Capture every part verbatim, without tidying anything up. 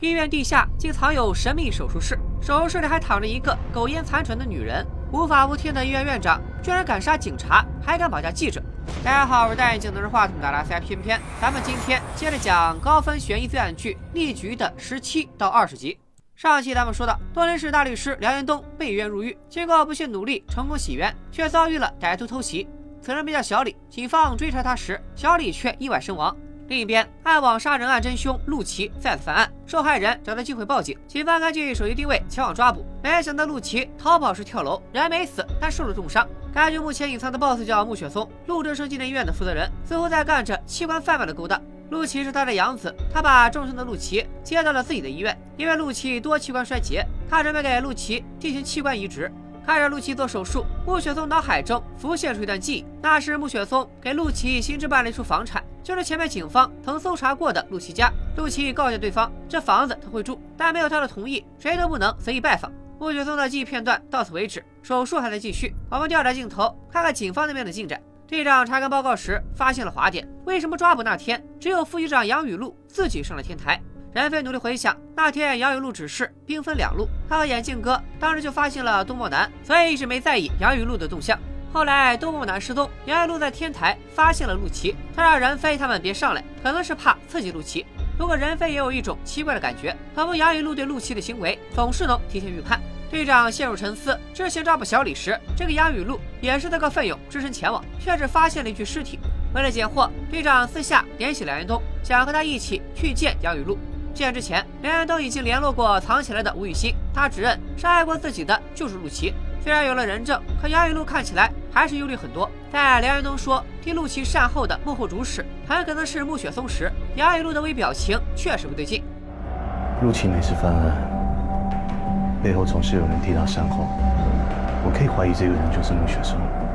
医院地下竟藏有神秘手术室，手术室里还躺着一个苟延残喘的女人。无法无天的医院院长居然敢杀警察，还敢绑架记者。大家好，我是戴眼镜拿着话筒的拉塞偏偏，咱们今天接着讲高分悬疑罪案剧《逆局》的十七到二十集。上期咱们说到，多伦市大律师梁延东被冤入狱，经过不懈努力成功洗冤，却遭遇了歹徒偷袭。此人名叫小李，警方追查他时，小李却意外身亡。另一边，暗网杀人案真凶陆琪再次犯案，受害人找到机会报警，警方根据手机定位前往抓捕。没想到陆琪逃跑时跳楼，人没死，但受了重伤。该局目前隐藏的 B O S S 叫穆雪松，陆正生纪念医院的负责人，似乎在干着器官贩卖的勾当。陆琪是他的养子，他把重伤的陆琪接到了自己的医院，因为陆琪多器官衰竭，他准备给陆琪进行器官移植。看着陆琪做手术，穆雪松脑海中浮现出一段记忆，那时穆雪松给陆琪新置办了一处房产，就是前面警方曾搜查过的陆琪家。陆琪告诫对方，这房子他会住，但没有他的同意，谁都不能随意拜访。穆雪松的记忆片段到此为止，手术还在继续。我们调转镜头，看看警方那边的进展。队长查看报告时发现了滑点，为什么抓捕那天只有副局长杨雨露自己上了天台？任飞努力回想，那天杨雨露指示兵分两路，他和眼镜哥当时就发现了东漠南，所以一直没在意杨雨露的动向。后来东漠南失踪，杨雨露在天台发现了陆琪，他让任飞他们别上来，可能是怕刺激陆琪。不过任飞也有一种奇怪的感觉，仿佛杨雨露对陆琪的行为总是能提前预判。队长陷入沉思，之前抓捕小李时，这个杨雨露也是这个奋勇只身前往，却只发现了一具尸体。为了解惑，队长私下联系梁延东，想和他一起去见杨雨露。见之前，梁延东已经联络过藏起来的吴雨欣，他指认杀害过自己的就是陆琪。虽然有了人证，可杨雨露看起来还是忧虑很多。在梁延东说替陆琪善后的幕后主使很可能是穆雪松时，杨雨露的微表情确实不对劲。 陆琪每次犯案，背后总是有人替他善后，我可以怀疑这个人就是穆雪松。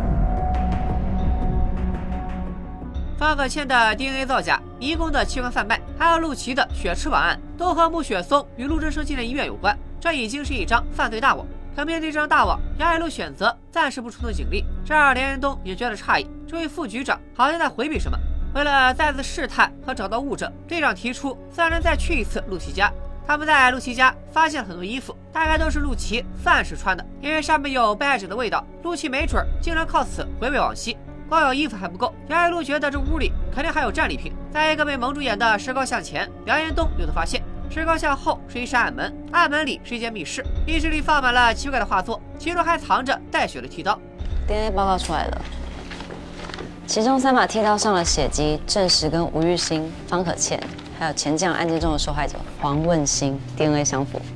方可倩的 D N A 造假，迷宫的器官贩卖，还有陆琪的血翅膀案，都和穆雪松与陆正生纪念医院有关。这已经是一张犯罪大网。可面对这张大网，杨雨露选择暂时不出动警力，这让梁延东也觉得诧异。这位副局长好像在回避什么。为了再次试探和找到物证，队长提出三人再去一次陆琪家。他们在陆琪家发现了很多衣服，大概都是陆琪犯案时穿的，因为上面有被害者的味道，陆琪没准经常靠此回味往昔。光有衣服还不够，杨雨露觉得这屋里肯定还有战利品。在一个被蒙住眼的石膏像前，梁延东有的发现，石膏像后是一扇暗门，暗门里是一间密室，密室里放满了奇怪的画作，其中还藏着带血的剃刀。 D N A 报告出来了，其中三把剃刀上了血迹，证实跟吴玉兴、方可倩还有前这样案件中的受害者黄问兴 D N A 相符。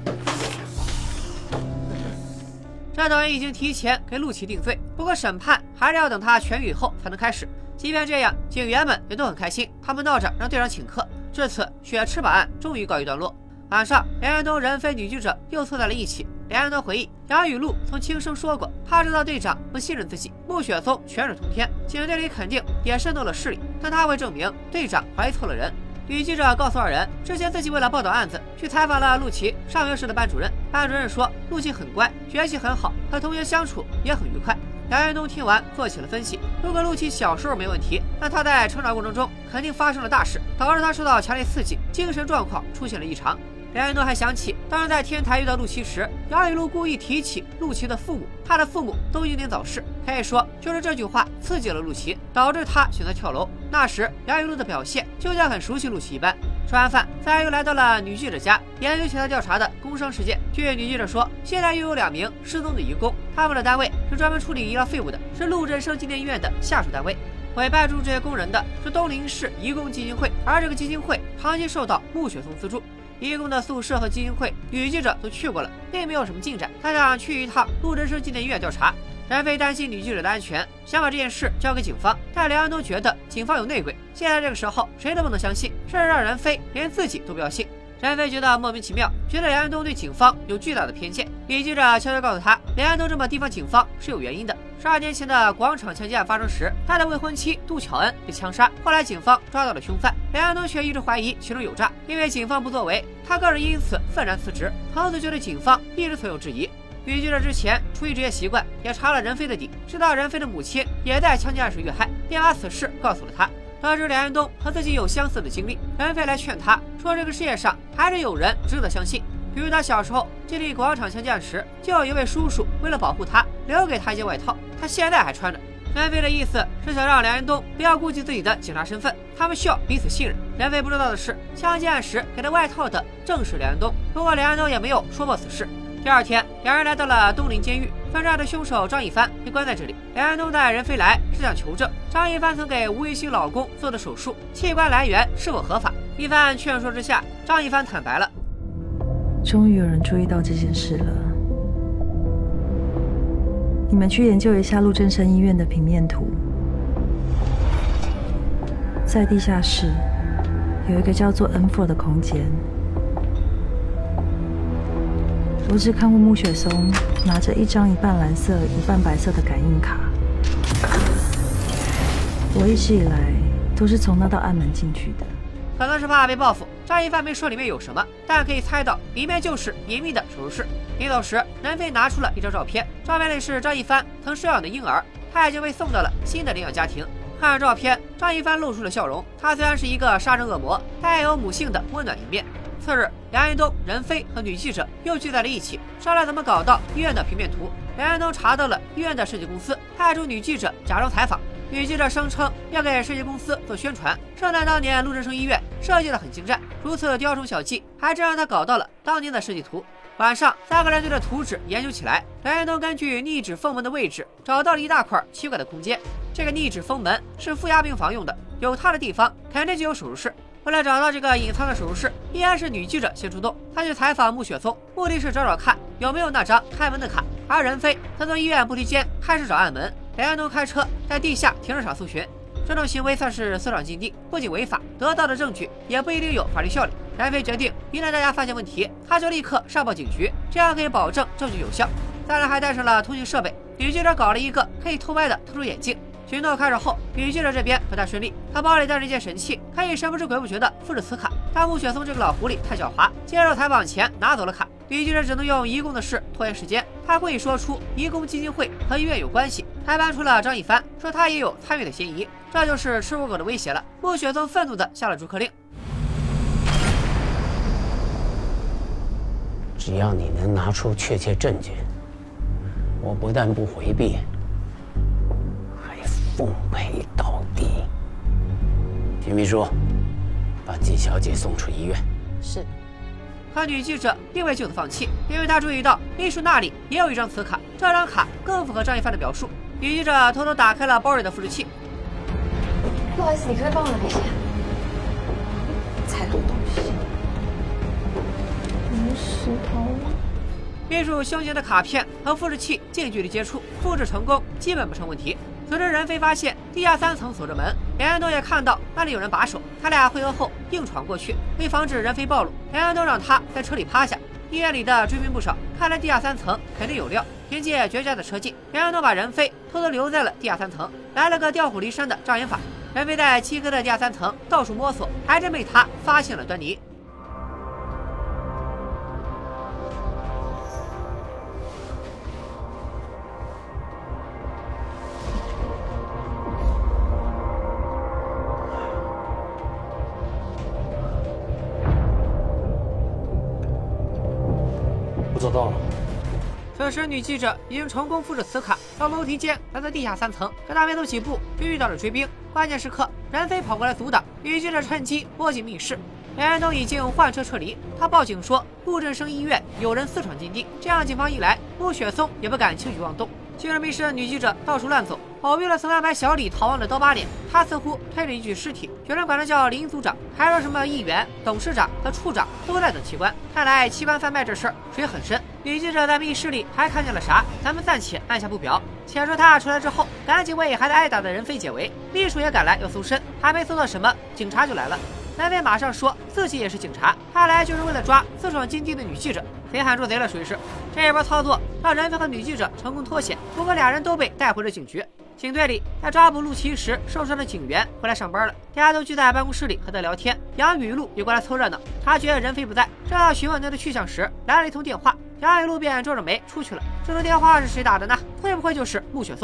这等于已经提前给陆琪定罪，不过审判还是要等他痊愈后才能开始。即便这样，警员们也都很开心，他们闹着让队长请客。至此，血翅膀案终于告一段落。晚上，梁延东、任飞女记者又凑在了一起。梁延东回忆，杨雨露曾轻声说过，他知道队长不信任自己，穆雪松权势通天，警队里肯定也渗透了势力，但他会证明队长怀疑错了人。女记者告诉二人，之前自己为了报道案子，去采访了陆琪上学时的班主任。班主任说，陆琪很乖，学习很好，和同学相处也很愉快。梁延东听完做起了分析，如果陆琪小时候没问题，那他在成长过程中肯定发生了大事，导致他受到强烈刺激，精神状况出现了异常。梁延东还想起，当时在天台遇到陆琪时，杨雨露故意提起陆琪的父母，他的父母都英年早逝，可以说就是这句话刺激了陆琪，导致他选择跳楼。那时杨雨露的表现就像很熟悉陆琪一般。吃完饭，三人又来到了女记者家，研究起他调查的工伤事件。据女记者说，现在又有两名失踪的移工，他们的单位是专门处理医疗废物的，是陆振生纪念医院的下属单位。委派驻这些工人的是东陵市移工基金会，而这个基金会长期受到穆雪松资助。移工的宿舍和基金会，女记者都去过了，并没有什么进展。她想去一趟陆振生纪念医院调查。任飞担心女记者的安全，想把这件事交给警方，但梁安都觉得警方有内鬼。现在这个时候，谁都不能相信，甚至让任飞连自己都不要信。任飞觉得莫名其妙，觉得梁安东对警方有巨大的偏见。女记者悄悄告诉他，梁安东这么提防警方是有原因的。十二年前的广场枪击案发生时，他的未婚妻杜巧恩被枪杀，后来警方抓到了凶犯，梁安东却一直怀疑其中有诈，因为警方不作为，他个人因此愤然辞职，从此就对警方一直存有质疑。女记者之前出于职业习惯，也查了任飞的底，知道任飞的母亲也在枪击案时遇害，便把此事告诉了他。 得知梁安东和自己有相似的经历，任飞来劝他说，这个世界上还是有人值得相信。比如他小时候经历广场枪击案时，就有一位叔叔为了保护他，留给他一件外套，他现在还穿着。任飞的意思是想让梁安东不要顾及自己的警察身份，他们需要彼此信任。任飞不知道的是，枪击案时给他外套的正是梁安东，不过梁安东也没有说破此事。第二天，两人来到了东陵监狱，分站的凶手张一帆被关在这里。梁安东带任飞来是想求证张一帆曾给吴玉兴老公做的手术器官来源是否合法。一番劝说之下，张一帆坦白了。 终于有人注意到这件事了。你们去研究一下陆正生医院的平面图，在地下室有一个叫做 N 四 的空间。我只看过穆雪松拿着一张一半蓝色、一半白色的感应卡。我一直以来都是从那道暗门进去的。 可能是怕被报复，张一帆没说里面有什么，但可以猜到里面就是隐秘的手术室。临走时，任飞拿出了一张照片，照片里是张一帆曾收养的婴儿，他已经被送到了新的领养家庭。看着照片，张一帆露出了笑容。他虽然是一个杀人恶魔，但也有母性的温暖一面。次日，梁安东、任飞和女记者又聚在了一起，商量怎么搞到医院的平面图。梁安东查到了医院的设计公司，派出女记者假装采访。女记者声称要给设计公司做宣传，盛赞当年陆正生医院设计的很精湛，如此雕虫小技，还真让他搞到了当年的设计图。晚上，三个人对着图纸研究起来。梁安东根据逆指封门的位置找到了一大块奇怪的空间，这个逆指封门是负压病房用的，有它的地方肯定就有手术室。为了找到这个隐藏的手术室，依然是女记者先出动。她去采访穆雪松，目的是找找看有没有那张开门的卡。而任飞他从医院步梯间开始找暗门。梁安东开车在地下停车场搜寻，这种行为算是私闯禁地，不仅违法，得到的证据也不一定有法律效力。任飞决定，一旦大家发现问题，他就立刻上报警局，这样可以保证证据有效。三人还带上了通讯设备，女记者搞了一个可以偷拍的特殊眼镜。行动开始后，女记者这边不太顺利，她包里带着一件神器，可以神不知鬼不觉的复制磁卡。但穆雪松这个老狐狸太狡猾，接受采访前拿走了卡。女记者只能用移工的事拖延时间，她故意说出移工基金会和医院有关系，还搬出了张一帆，说他也有参与的嫌疑，这就是吃虎狗的威胁了。穆雪松愤怒地下了逐客令， 只要你能拿出确切证据，我不但不回避，还奉陪到底。徐秘书，把季小姐送出医院。 是。 可女记者并未就此放弃，因为她注意到秘书那里也有一张磁卡，这张卡更符合张一帆的表述。女记者偷偷打开了包里的复制器。 不好意思，你可以帮我拿一下。踩到东西。有石头吗？ 秘书胸前的卡片和复制器近距离接触，复制成功基本不成问题。此时任飞发现地下三层锁着门，梁安东也看到那里有人把守，他俩会合后硬闯过去，为防止任飞暴露，梁安东让他在车里趴下。医院里的追兵不少，看来地下三层肯定有料。凭借绝佳的车技，梁安东把任飞偷偷留在了地下三层，来了个调虎离山的障眼法。任飞在漆黑的地下三层到处摸索，还真被他发现了端倪。 我找到了。 此时，女记者已经成功复制磁卡，到楼梯间来到地下三层，可她没走几步就遇到了追兵。关键时刻，任飞跑过来阻挡，女记者趁机摸进密室。梁安东已经换车撤离，他报警说陆振生医院有人私闯禁地，这样警方一来，穆雪松也不敢轻举妄动。进入密室的女记者到处乱走，偶遇了曾安排小李逃亡的刀疤脸，他似乎推着一具尸体，有人管他叫林组长，还说什么议员、董事长和处长都在等器官。看来器官贩卖这事儿水很深。女记者在密室里还看见了啥？咱们暂且按下不表。且说他出来之后，赶紧为还在挨打的任飞解围，秘书也赶来要搜身，还没搜到什么，警察就来了。任飞马上说自己也是警察，他来就是为了抓私闯禁地的女记者。贼喊捉贼了，属于是。这一波操作让任飞和女记者成功脱险，不过俩人都被带回了警局。警队里，在抓捕陆琪时受伤的警员回来上班了，大家都聚在办公室里和他聊天。杨雨露也过来凑热闹，察觉任飞不在，正要询问他的去向时，来了一通电话。杨雨露便皱着眉出去了。这通电话是谁打的呢？会不会就是穆雪松？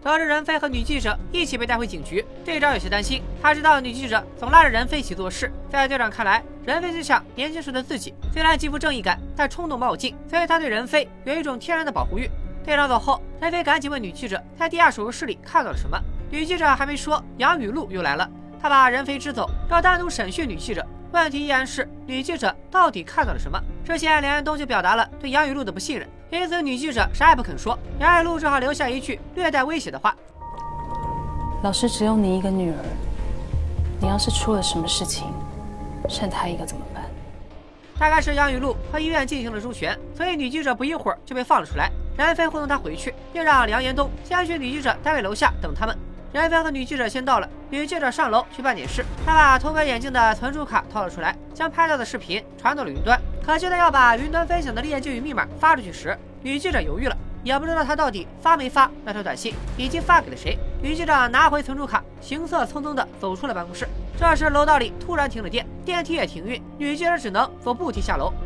得知任飞和女记者一起被带回警局，队长有些担心。他知道女记者总拉着任飞一起做事，在队长看来，任飞就像年轻时的自己，虽然极富正义感，但冲动冒进，所以他对任飞有一种天然的保护欲。队长走后，任飞赶紧问女记者在地下手术室里看到了什么。女记者还没说，杨雨露又来了。他把任飞支走，要单独审讯女记者。问题依然是女记者到底看到了什么？之前梁安东就表达了对杨雨露的不信任，因此女记者啥也不肯说。杨雨露只好留下一句略带威胁的话：“ 老师只有你一个女儿，你要是出了什么事情，剩她一个怎么办？” 大概是杨雨露和医院进行了周旋，所以女记者不一会儿就被放了出来。任飞糊弄她回去，并让梁延东先去女记者单位楼下等他们。任飞和女记者先到了，女记者上楼去办点事。她把偷拍眼镜的存储卡掏了出来，将拍到的视频传到了云端。可就在要把云端分享的链接与密码发出去时，女记者犹豫了，也不知道她到底发没发那条短信，以及发给了谁。女记者拿回存储卡，行色匆匆地走出了办公室。这时楼道里突然停了电，电梯也停运，女记者只能走步梯下楼。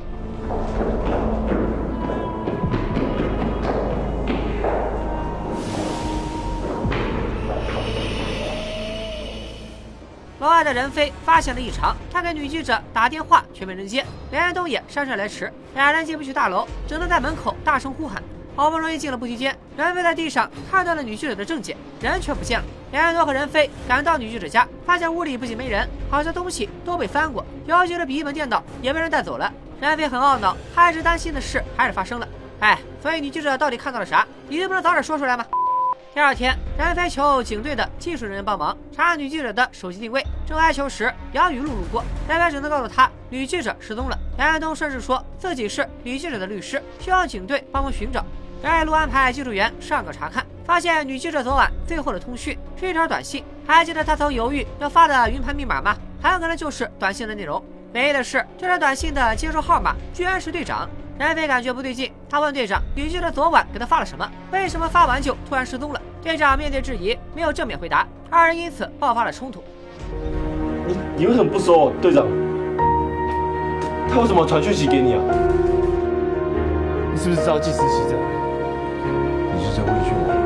楼外的任飞发现了异常，他给女记者打电话却没人接，梁安东也姗姗来迟，俩人进不去大楼，只能在门口大声呼喊。好不容易进了步梯间，任飞在地上看到了女记者的证件，人却不见了。梁安东和任飞赶到女记者家，发现屋里不仅没人，好像东西都被翻过，尤其是笔记本电脑也被人带走了。任飞很懊恼，他一直担心的事还是发生了。哎，所以女记者到底看到了啥？你就不能早点说出来吗？第二天，任飞求警队的技术人员帮忙查女记者的手机定位。正哀求时，杨雨露路过，任飞只能告诉他女记者失踪了。梁安东甚至说自己是女记者的律师，希望警队帮忙寻找。杨雨露安排技术员上岗查看，发现女记者昨晚最后的通讯是一条短信。还记得他曾犹豫要发的云盘密码吗？很可能就是短信的内容。唯一的是，这条短信的接收号码居然是队长。任飞感觉不对劲，他问队长女记者昨晚给他发了什么，为什么发完就突然失踪了？队长面对质疑，没有正面回答，二人因此爆发了冲突。 你你为什么不说，队长？他为什么传讯息给你啊？你是不是知道祭司席在？ 你是在畏惧我？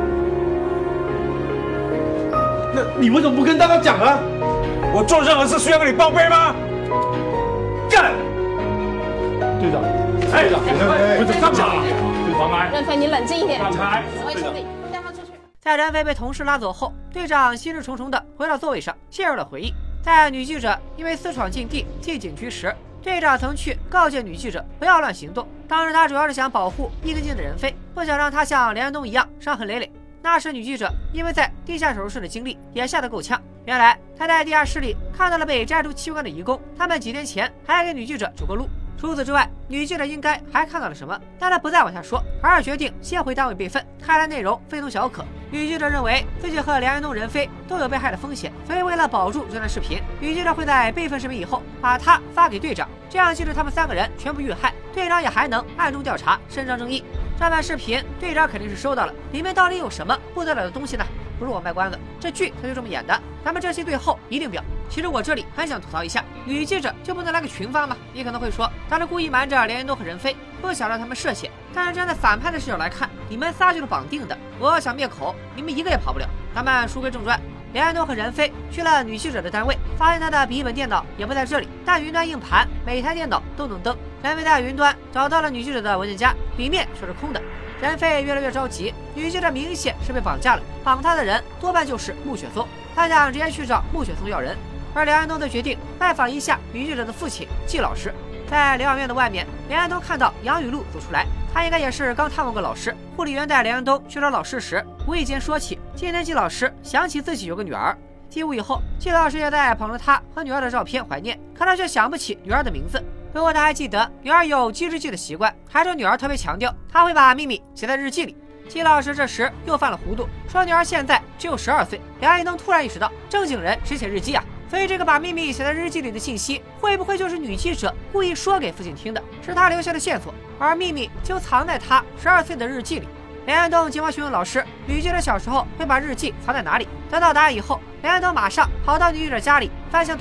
那你为什么不跟大家讲啊？ 我做任何事需要跟你报备吗？干！ 队长， 哎，队长， 我怎么这么讲？ 对方来， 任飞，你冷静一点。 让开， 我会处理，带他出去。 在任飞被同事拉走后，队长心事重重地回到座位上，陷入了回忆。在女记者因为私闯禁地进警局时，队长曾去告诫女记者不要乱行动。当时他主要是想保护一根筋的任飞，不想让他像梁安东一样伤痕累累。那时女记者因为在地下手术室的经历也吓得够呛。原来他在地下室里看到了被摘除器官的遗工，他们几天前还给女记者指过路。除此之外，女记者应该还看到了什么，但她不再往下说，而是决定先回单位备份。看来内容非同小可。女记者认为自己和梁安东、任飞都有被害的风险，所以为了保住这段视频，女记者会在备份视频以后把它发给队长，这样即使他们三个人全部遇害，队长也还能暗中调查，伸张正义。这段视频队长肯定是收到了，里面到底有什么不得了的东西呢？不是我卖关子，这剧他就这么演的，咱们这期最后一定表。其实我这里很想吐槽一下，女记者就不能来个群发吗？你可能会说，他是故意瞒着梁安东和任飞，不想让他们涉险。但是站在反派的视角来看，你们仨就是绑定的，我要想灭口，你们一个也跑不了。咱们书归正传，梁安东和任飞去了女记者的单位，发现他的笔记本电脑也不在这里，但云端硬盘每台电脑都能登。任飞在云端找到了女记者的文件夹，里面却是空的。任飞越来越着急，女记者明显是被绑架了，绑他的人多半就是穆雪松，他想直接去找穆雪松要人。而梁安东则决定拜访一下女记者的父亲季老师。在疗养院的外面，梁安东看到杨雨露走出来，他应该也是刚探望过老师。护理员带梁安东去找老师时，无意间说起今天季老师想起自己有个女儿。进屋以后，季老师也在捧着他和女儿的照片怀念，可他却想不起女儿的名字。不过他还记得女儿有记日记的习惯，还说女儿特别强调她会把秘密写在日记里。季老师这时又犯了糊涂，说女儿现在只有十二岁。梁安东突然意识到，正经人谁写日记啊？所以这个把秘密写在日记里的信息，会不会就是女记者故意说给父亲听的，是他留下的线索，而秘密就藏在他十二岁的日记里。梁安东急忙询问老师，女记者小时候会把日记藏在哪里？得到答案以后，梁安东马上跑到女记者家里翻箱倒柜，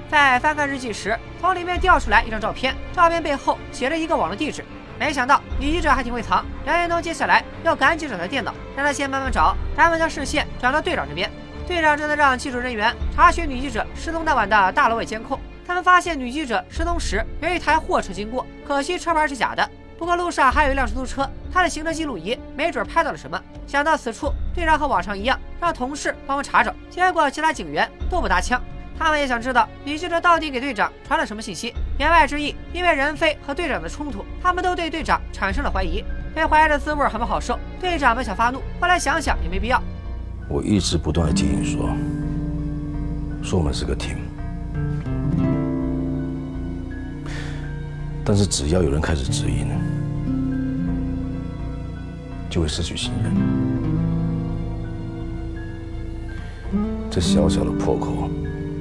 在翻看日记时，从里面调出来一张照片，照片背后写着一个网络地址。没想到女记者还挺会藏，梁彦东接下来要赶紧找他电脑，让他先慢慢找。他们将视线转到队长这边，队长正在让技术人员查询女记者失踪那晚的大楼外监控。他们发现女记者失踪时有一台货车经过，可惜车牌是假的。不过路上还有一辆出租车，他的行车记录仪没准拍到了什么。想到此处，队长和往常一样让同事帮忙查找，结果其他警员都不搭腔。他们也想知道女记者到底给队长传了什么信息。言外之意，因为任飞和队长的冲突，他们都对队长产生了怀疑。被怀疑的滋味很不好受，队长本想发怒，后来想想也没必要。 我一直不断的提醒说，说我们是个 team， 但是只要有人开始质疑呢，就会失去信任。这小小的破口，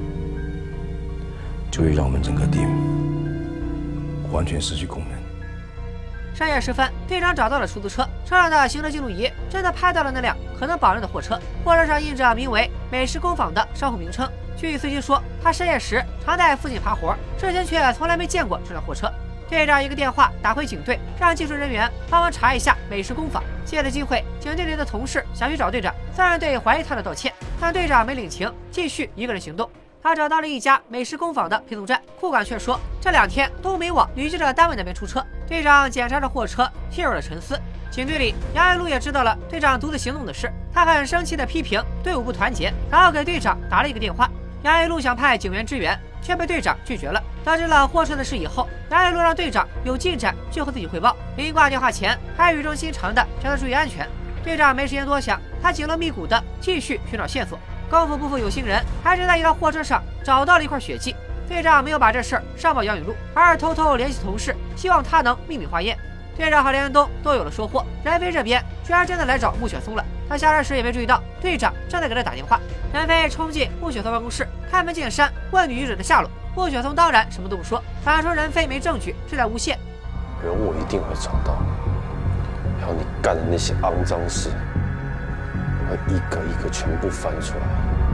就会让我们整个 team 完全失去功能。 深夜时分，队长找到了出租车，车上的行车记录仪真的拍到了那辆可能绑人的货车，货车上印着名为“美食工坊”的商户名称。据司机说，他深夜时常在附近爬活，之前却从来没见过这辆货车。队长一个电话打回警队，让技术人员帮忙查一下美食工坊。借着机会，警队里的同事想去找队长，虽然对怀疑他的道歉，但队长没领情，继续一个人行动。他找到了一家美食工坊的配送站，库管却说这两天都没往女记者单位那边出车。队长检查着货车，陷入了沉思。警队里，杨爱璐也知道了队长独自行动的事，他很生气地批评队伍不团结，然后给队长打了一个电话。杨爱璐想派警员支援，却被队长拒绝了。得知了货车的事以后，杨爱璐让队长有进展就和自己汇报。临挂电话前，还语重心长地叫他注意安全。队长没时间多想，他紧锣密鼓地继续寻找线索。功夫不负有心人，还是在一辆货车上找到了一块血迹。队长没有把这事儿上报杨雨露，而是偷偷联系同事，希望他能秘密化验。队长和梁彦东都有了收获，任飞这边居然真的来找穆雪松了。他下车时也没注意到队长正在给他打电话。任飞冲进穆雪松办公室，开门见山问女记者的下落。穆雪松当然什么都不说，反说任飞没证据，是在诬陷。 人我一定会找到，还有你干的那些肮脏事，我会一个一个全部翻出来。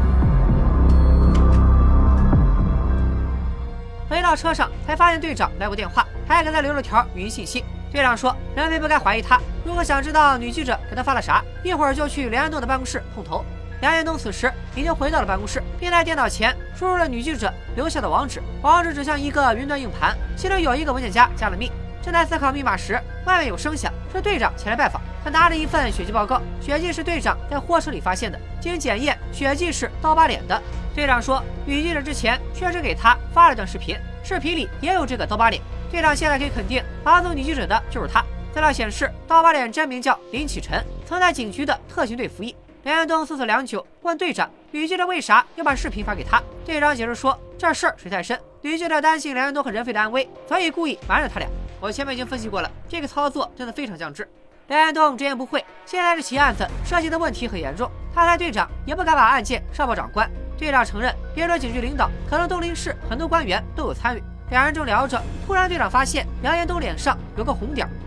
回到车上，才发现队长来过电话，还给他留了条语音信息。队长说任飞不该怀疑他，如果想知道女记者给他发了啥，一会儿就去梁彦东的办公室碰头。梁彦东此时已经回到了办公室，并在电脑前输入了女记者留下的网址，网址指向一个云端硬盘，其中有一个文件夹加了密。正在思考密码时，外面有声响，是队长前来拜访。他拿着一份血迹报告，血迹是队长在货车里发现的，经检验，血迹是刀疤脸的。队长说，女记者之前确实给他发了段视频，视频里也有这个刀疤脸。队长现在可以肯定，发送女记者的就是他。资料显示，刀疤脸真名叫林启晨，曾在警局的特勤队服役。梁彦东思索良久，问队长女记者为啥要把视频发给他。队长解释说，这事儿水太深，女记者担心梁彦东和任飞的安危，所以故意瞒着他俩。我前面已经分析过了，这个操作真的非常降智。梁彦东直言不讳，现在这起案子涉及的问题很严重，他猜队长也不敢把案件上报长官。队长承认，别说警局领导，可能东林市很多官员都有参与。两人正聊着，突然队长发现梁彦东脸上有个红点。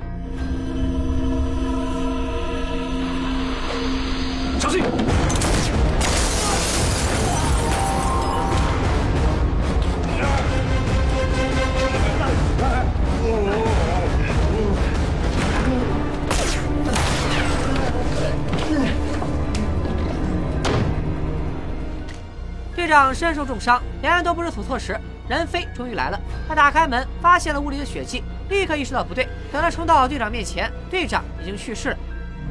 小心！ 队长身受重伤，两人都不知所措时，任飞终于来了。他打开门，发现了屋里的血迹，立刻意识到不对。等他冲到队长面前，队长已经去世了。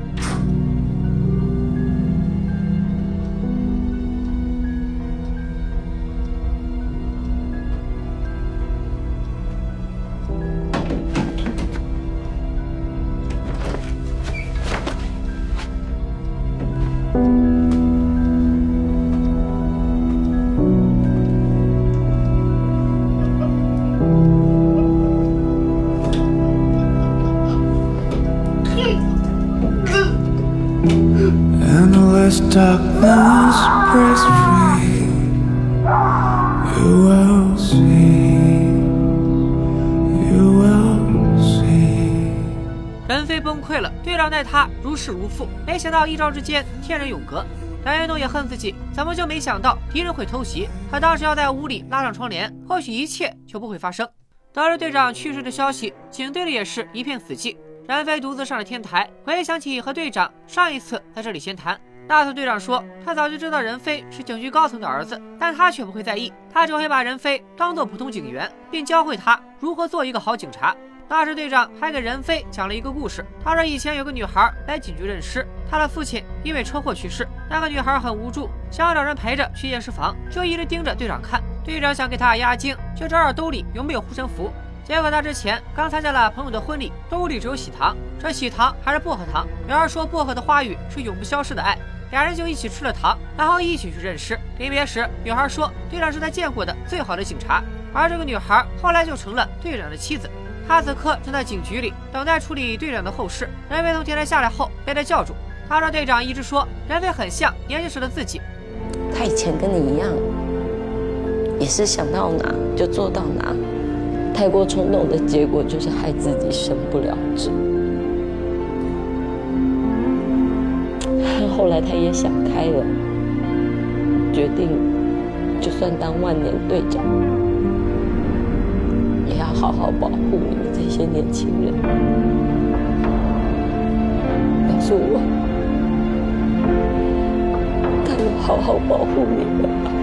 Darkness breaks free, you will see, you will see。 任飞崩溃了，队长待他如释如负，没想到一招之间天人永隔。 梁元东也恨自己，怎么就没想到敌人会偷袭？他当时要在屋里拉上窗帘，或许一切就不会发生。得知队长去世的消息，警队里也是一片死寂。任飞独自上了天台，回想起和队长上一次在这里闲谈。大头队长说，他早就知道任飞是警局高层的儿子，但他却不会在意，他只会把任飞当作普通警员，并教会他如何做一个好警察。那时队长还给任飞讲了一个故事，他说以前有个女孩来警局认尸，她的父亲因为车祸去世，那个女孩很无助，想要找人陪着去验尸房，就一直盯着队长看。队长想给她压惊，就找找兜里有没有护身符，结果他之前刚参加了朋友的婚礼，兜里只有喜糖，这喜糖还是薄荷糖。女孩说薄荷的花语是永不消失的爱，俩人就一起吃了糖，然后一起去认尸。临别时，女孩说队长是她见过的最好的警察，而这个女孩后来就成了队长的妻子。她此刻正在警局里等待处理队长的后事。任飞从天台下来后被他叫住，他说队长一直说任飞很像年轻时的自己。 他以前跟你一样，也是想到哪就做到哪，太过冲动的结果就是害自己生不了志。后来他也想开了，决定就算当万年队长，也要好好保护你们这些年轻人。告诉我，他们好好保护你们吧。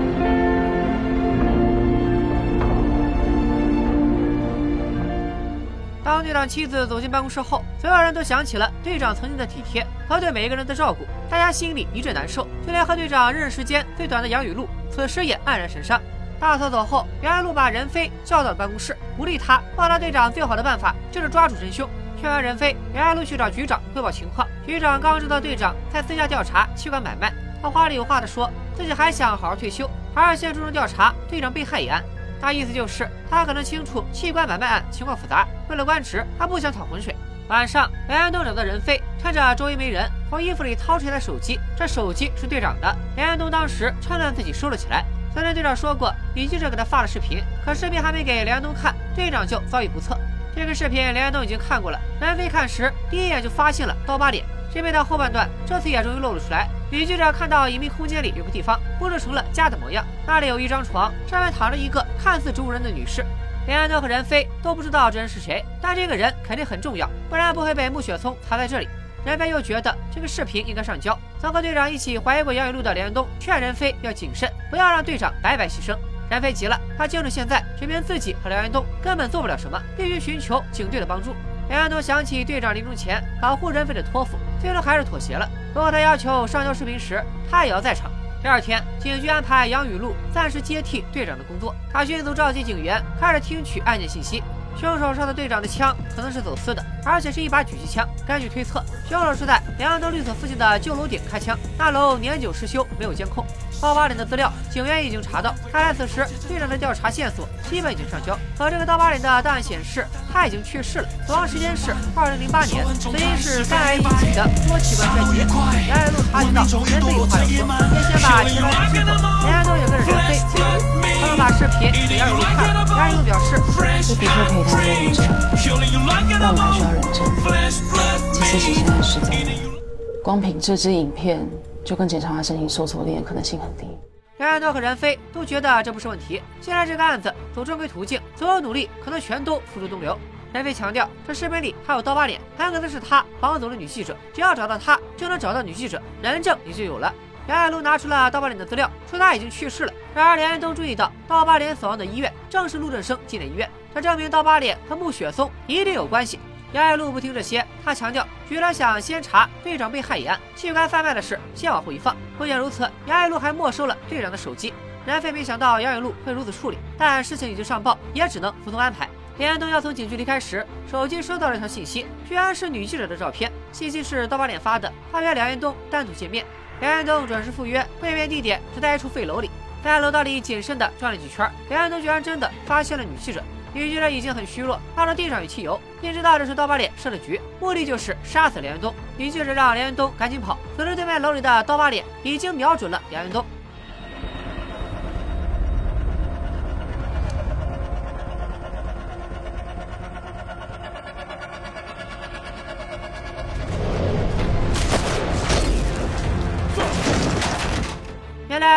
当队长妻子走进办公室后，所有人都想起了队长曾经的体贴和对每一个人的照顾，大家心里一阵难受。就连和队长认识时间最短的杨雨露，此时也黯然神伤。大头走后，杨雨露把任飞叫到了办公室，鼓励他报答队长最好的办法就是抓住真凶。劝完任飞，杨雨露去找局长汇报情况。局长刚知道队长在私下调查器官买卖，他话里有话的说自己还想好好退休，还是先注重调查队长被害一案。大意思就是他可能清楚器官买卖案情况复杂，为了官职他不想淌浑水。晚上，梁元东找到任飞，趁着周围没人，从衣服里掏出一台手机，这手机是队长的。梁元东当时趁乱自己收了起来。虽然队长说过女记者给他发了视频，可视频还没给梁元东看，队长就遭遇不测。这个视频梁元东已经看过了，任飞看时第一眼就发现了刀疤脸。视频的后半段这次也终于露了出来，女记者看到隐秘空间里有个地方布置成了家的模样，那里有一张床，上面躺着一个看似植物人的女士。梁元东和任飞都不知道这人是谁，但这个人肯定很重要，不然不会被穆雪松藏在这里。任飞又觉得这个视频应该上交。曾和队长一起怀疑过杨雨露的梁元东劝任飞要谨慎，不要让队长白白牺牲。任飞急了，他精神现在只凭自己和梁元东根本做不了什么，必须寻求警队的帮助。梁元东想起队长临终前保护任飞的托付，最终还是妥协了。不过他要求上交视频时，他也要在场。第二天，警局安排杨雨露暂时接替队长的工作。他迅速召集警员，开始听取案件信息。凶手上的队长的枪可能是走私的，而且是一把狙击枪。根据推测，凶手是在梁元东律所附近的旧楼顶开枪，那楼年久失修，没有监控。刀疤脸的资料，警员已经查到，看来此时队长的调查线索基本已经上交。可这个刀疤脸的档案显示，他已经去世了，死亡时间是二零零八年，死因是肝癌引起的多器官衰竭。杨雨露察觉到人飞有话要说，便先把器官取走。梁元东也跟着人飞进屋，他们把视频给杨雨露看，杨雨露表示这的确可以当做物证，但我们还需要人证。这次是现在失踪了，光凭这支影片就跟检察官申请搜索令的可能性很低。 梁元东和任飞都觉得这不是问题，既然这个案子走正规途径，所有努力可能全都付诸东流。任飞强调，这视频里还有刀疤脸，很可能是他绑走了女记者，只要找到他，就能找到女记者，人证也就有了。杨雨露拿出了刀疤脸的资料，说他已经去世了。然而梁元东注意到，刀疤脸死亡的医院正是陆振生纪念医院，这证明刀疤脸和穆雪松一定有关系。杨雨露不听这些，他强调局长想先查队长被害一案，器官贩卖的事先往后一放。不仅如此，杨雨露还没收了队长的手机。任飞没想到杨雨露会如此处理，但事情已经上报，也只能服从安排。梁元东要从警局离开时，手机收到了一条信息，居然是女记者的照片。信息是刀疤脸发的，他约梁元东单独见面。梁元东准时赴约，会面地点是在一处废楼里。在楼道里谨慎地转了几圈，梁元东居然真的发现了女记者。女记者已经很虚弱，看到地上有汽油，便知道这是刀疤脸设的局，目的就是杀死梁元东。女记者让梁元东赶紧跑，此时对面楼里的刀疤脸已经瞄准了梁元东。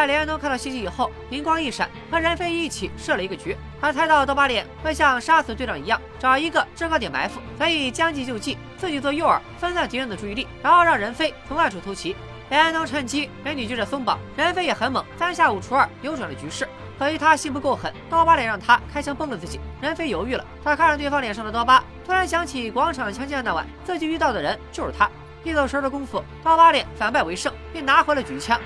连安东看到信息以后，灵光一闪，和任飞一起设了一个局。他猜到刀疤脸会像杀死队长一样，找一个制高点埋伏，所以将计就计，自己做诱饵，分散敌人的注意力，然后让任飞从暗处偷袭。连安东趁机给女记者松绑，任飞也很猛，三下五除二扭转了局势。可惜他心不够狠，刀疤脸让他开枪崩了自己。任飞犹豫了，他看着对方脸上的刀疤，突然想起广场枪击案那晚自己遇到的人就是他。一走神的功夫，刀疤脸反败为胜，并拿回了狙击枪。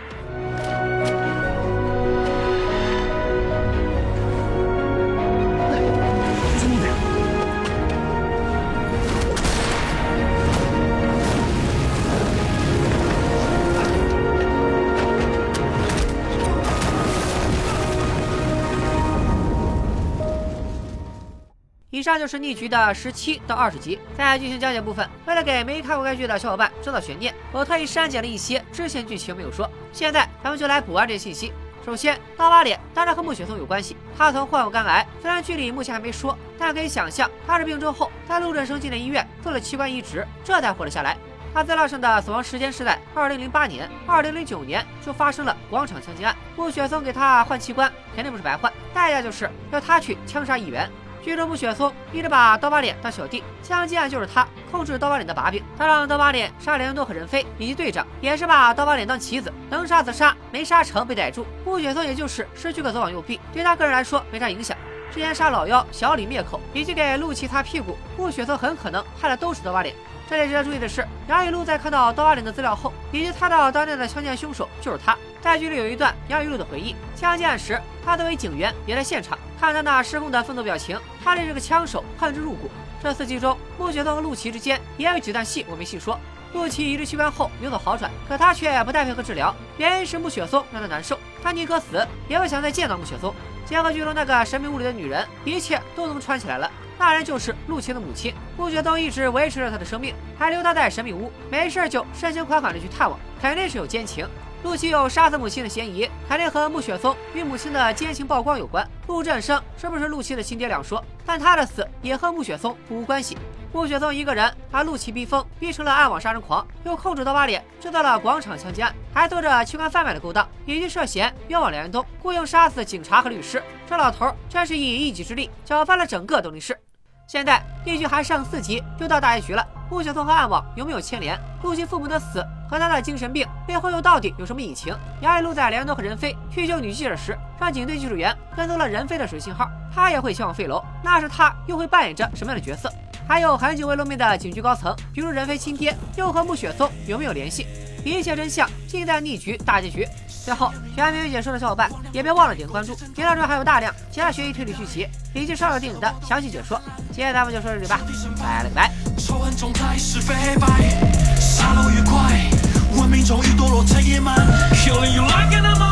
以上就是逆局的十七到二十集。在剧情讲解部分，为了给没看过该剧的小伙伴制造悬念，我特意删减了一些之前剧情没有说。现在咱们就来补完这些信息。首先，刀疤脸当然和穆雪松有关系。他曾患有肝癌，虽然剧里目前还没说，但可以想象他是病重后在陆振生进的医院做了器官移植，这才活了下来。他资料上的死亡时间是在二零零八年、二零零九年就发生了广场枪击案。穆雪松给他换器官肯定不是白换，代价就是要他去枪杀议员。剧中穆雪松一直把刀疤脸当小弟，枪击案就是他控制刀疤脸的把柄。他让刀疤脸杀连恩多和任飞以及队长，也是把刀疤脸当棋子，能杀则杀，没杀成被逮住。穆雪松也就是失去个左膀右臂，对他个人来说没啥影响。之前杀老妖小李灭口，以及给陆琪擦屁股，穆雪松很可能害的都是刀疤脸。这里值得注意的是，杨雨露在看到刀疤脸的资料后，已经猜到当年的枪击案凶手就是他。在剧里有一段杨雨露的回忆，枪击案时他作为警员也在现场，看他那失控的愤怒表情，他对这个枪手恨之入骨。这四集中，穆雪松和陆琪之间也有几段戏我没细说。陆琪移植器官后有所好转，可他却不太配合治疗，原因是穆雪松让他难受，他宁可死也不想再见到穆雪松。结合剧中那个神秘屋里的女人，一切都能串起来了。那人就是陆琪的母亲。穆雪松一直维持着她的生命，还留她在神秘屋，没事就深情款款的去探望，肯定是有奸情。陆琪有杀死母亲的嫌疑，肯定和穆雪松与母亲的奸情曝光有关。陆振生是不是陆琪的亲爹两说，但他的死也和穆雪松无关系。穆雪松一个人把陆琪逼疯，逼成了暗网杀人狂，又控制刀疤脸，制造了广场枪击案，还做着器官贩卖的勾当，以及涉嫌冤枉连安东，雇佣杀死警察和律师。这老头真是以一己之力搅翻了整个东林市。现在逆局还剩四集就到大结局了，穆雪松和暗网有没有牵连？陆琪父母的死和他的精神病背后又到底有什么隐情？杨雨露在连安东和任飞去救女记者时，让警队技术员跟踪了任飞的手机信号，他也会前往废楼，那是他又会扮演着什么样的角色？还有很久未露面的警局高层，比如任飞亲爹，又和穆雪松有没有联系？一切真相尽在逆局大结局。最后，喜欢明明解说的小伙伴也别忘了点关注，频道中还有大量其他悬疑推理剧集以及烧脑电影的详细解说。今天咱们就说到这里吧，拜了个拜。仇恨中太是非黑白，杀戮越快，文明终于堕落成野蛮。Killing you like an